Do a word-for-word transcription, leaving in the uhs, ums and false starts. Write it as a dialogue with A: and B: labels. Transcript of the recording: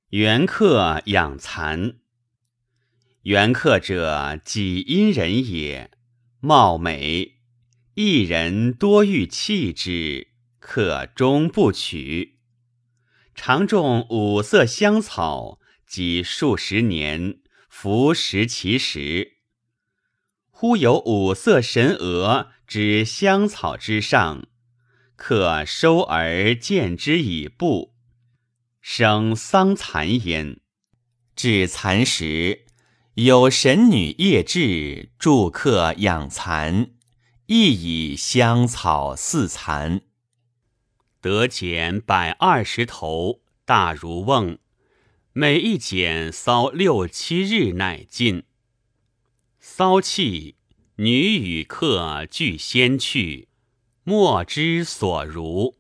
A: 元客养蚕。元客者，己阴人也，貌美，一人多欲弃之，客终不取。常种五色香草，及数十年，弗食其实。忽有五色神蛾之香草之上，客收而见之以步，生桑蚕焉。
B: 至蚕时，有神女夜至，助客养蚕，亦以香草饲蚕。
A: 得茧百二十头，大如瓮，每一茧搔六七日乃尽。搔葺，女与客俱先去，莫之所如。